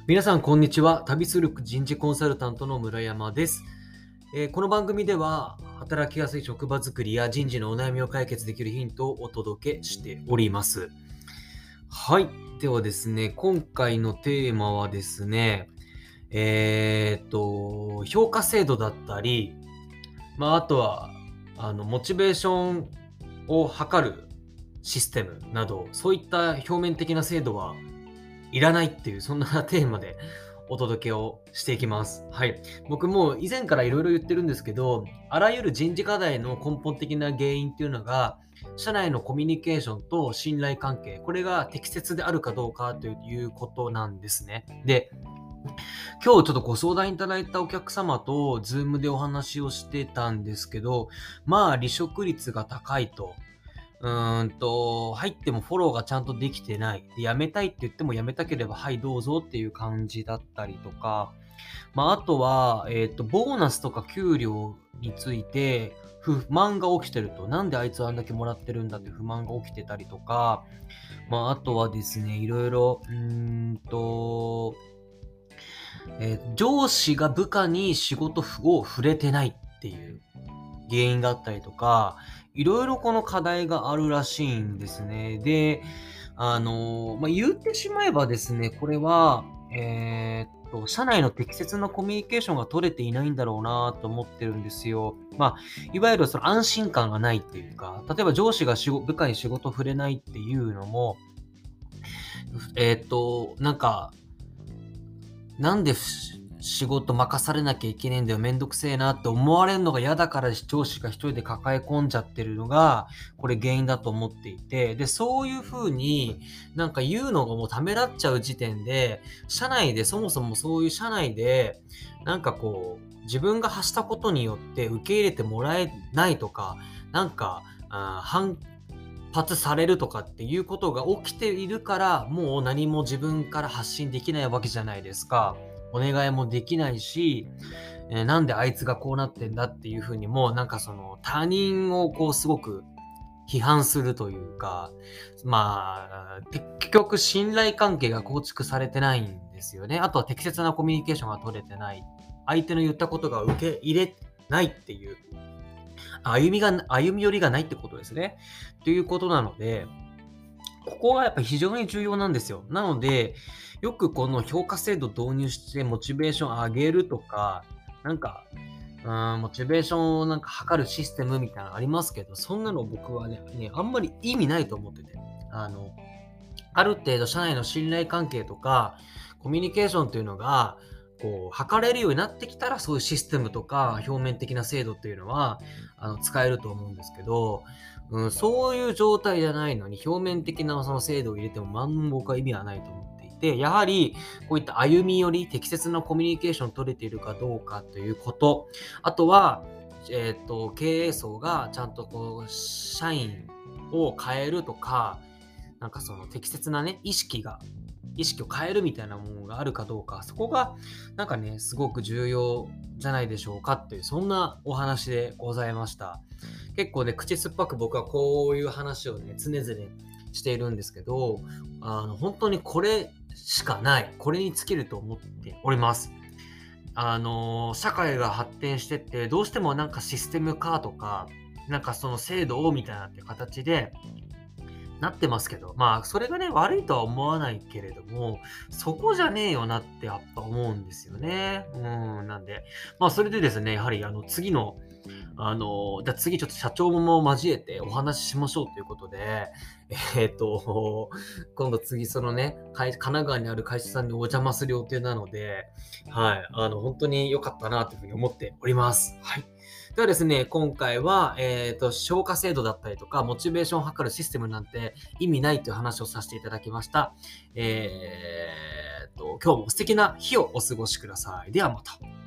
皆さん、こんにちは。旅する人事コンサルタントの村山です。この番組では、働きやすい職場づくりや人事のお悩みを解決できるヒントをお届けしております。はい。ではですね、今回のテーマはですね、評価制度だったり、あとは、モチベーションを測るシステムなど、そういった表面的な制度はいらないっていう、そんなテーマでお届けをしていきます。はい。僕も以前からいろいろ言ってるんですけど、あらゆる人事課題の根本的な原因っていうのが、社内のコミュニケーションと信頼関係、これが適切であるかどうかということなんですね。で、今日ちょっとご相談いただいたお客様と、ズームでお話をしてたんですけど、離職率が高いと。入ってもフォローがちゃんとできてない。で、辞めたいって言っても辞めたければ、はい、どうぞっていう感じだったりとか、あとは、ボーナスとか給料について、不満が起きてると。なんであいつはあんだけもらってるんだって不満が起きてたりとか、あとはですね、いろいろ、上司が部下に仕事を触れてないっていう原因があったりとか、いろいろこの課題があるらしいんですね。で、言ってしまえばですね、これは、社内の適切なコミュニケーションが取れていないんだろうなと思ってるんですよ。いわゆるその安心感がないっていうか、例えば上司が部下に仕事触れないっていうのも、なんか、なんで仕事任されなきゃいけねえんだよ、めんどくせえなって思われるのが嫌だから上司が一人で抱え込んじゃってるのが、これ原因だと思っていて、で、そういう風に言うのがもうためらっちゃう時点で、社内でそもそもそういう社内で、自分が発したことによって受け入れてもらえないとか、反発されるとかっていうことが起きているから、もう何も自分から発信できないわけじゃないですか。お願いもできないし、なんであいつがこうなってんだっていう風にも、他人をすごく批判するというか、結局信頼関係が構築されてないんですよね。あとは適切なコミュニケーションが取れてない。相手の言ったことが受け入れないっていう、歩み寄りがないってことですね。ということなので、ここがやっぱり非常に重要なんですよ。なので、よくこの評価制度導入してモチベーション上げるとか、モチベーションを測るシステムみたいなのありますけど、そんなの僕はね、あんまり意味ないと思ってて。ある程度社内の信頼関係とか、コミュニケーションというのが、測れるようになってきたら、そういうシステムとか表面的な制度っていうのは、使えると思うんですけど、そういう状態じゃないのに、表面的なその制度を入れても、僕は意味はないと思っていて、やはり、こういった歩み寄り、適切なコミュニケーションを取れているかどうかということ、あとは、経営層がちゃんと社員を変えるとか、その適切なね、意識を変えるみたいなものがあるかどうか、そこがすごく重要じゃないでしょうかっていう、そんなお話でございました。結構ね、口酸っぱく僕はこういう話をね、常々しているんですけど、本当にこれしかない、これに尽きると思っております。社会が発展してって、どうしてもシステム化とか、その制度をみたいなって形でなってますけど、それがね、悪いとは思わないけれども、そこじゃねえよなってやっぱ思うんですよね。なんで、それでですね、やはり次の、じゃあ次ちょっと社長も交えてお話ししましょうということで、今度次そのね、神奈川にある会社さんにお邪魔する予定なので、はい、本当に良かったなというふうに思っております。はい。ではですね、今回は、消化制度だったりとか、モチベーションを測るシステムなんて意味ないという話をさせていただきました。今日も素敵な日をお過ごしください。ではまた。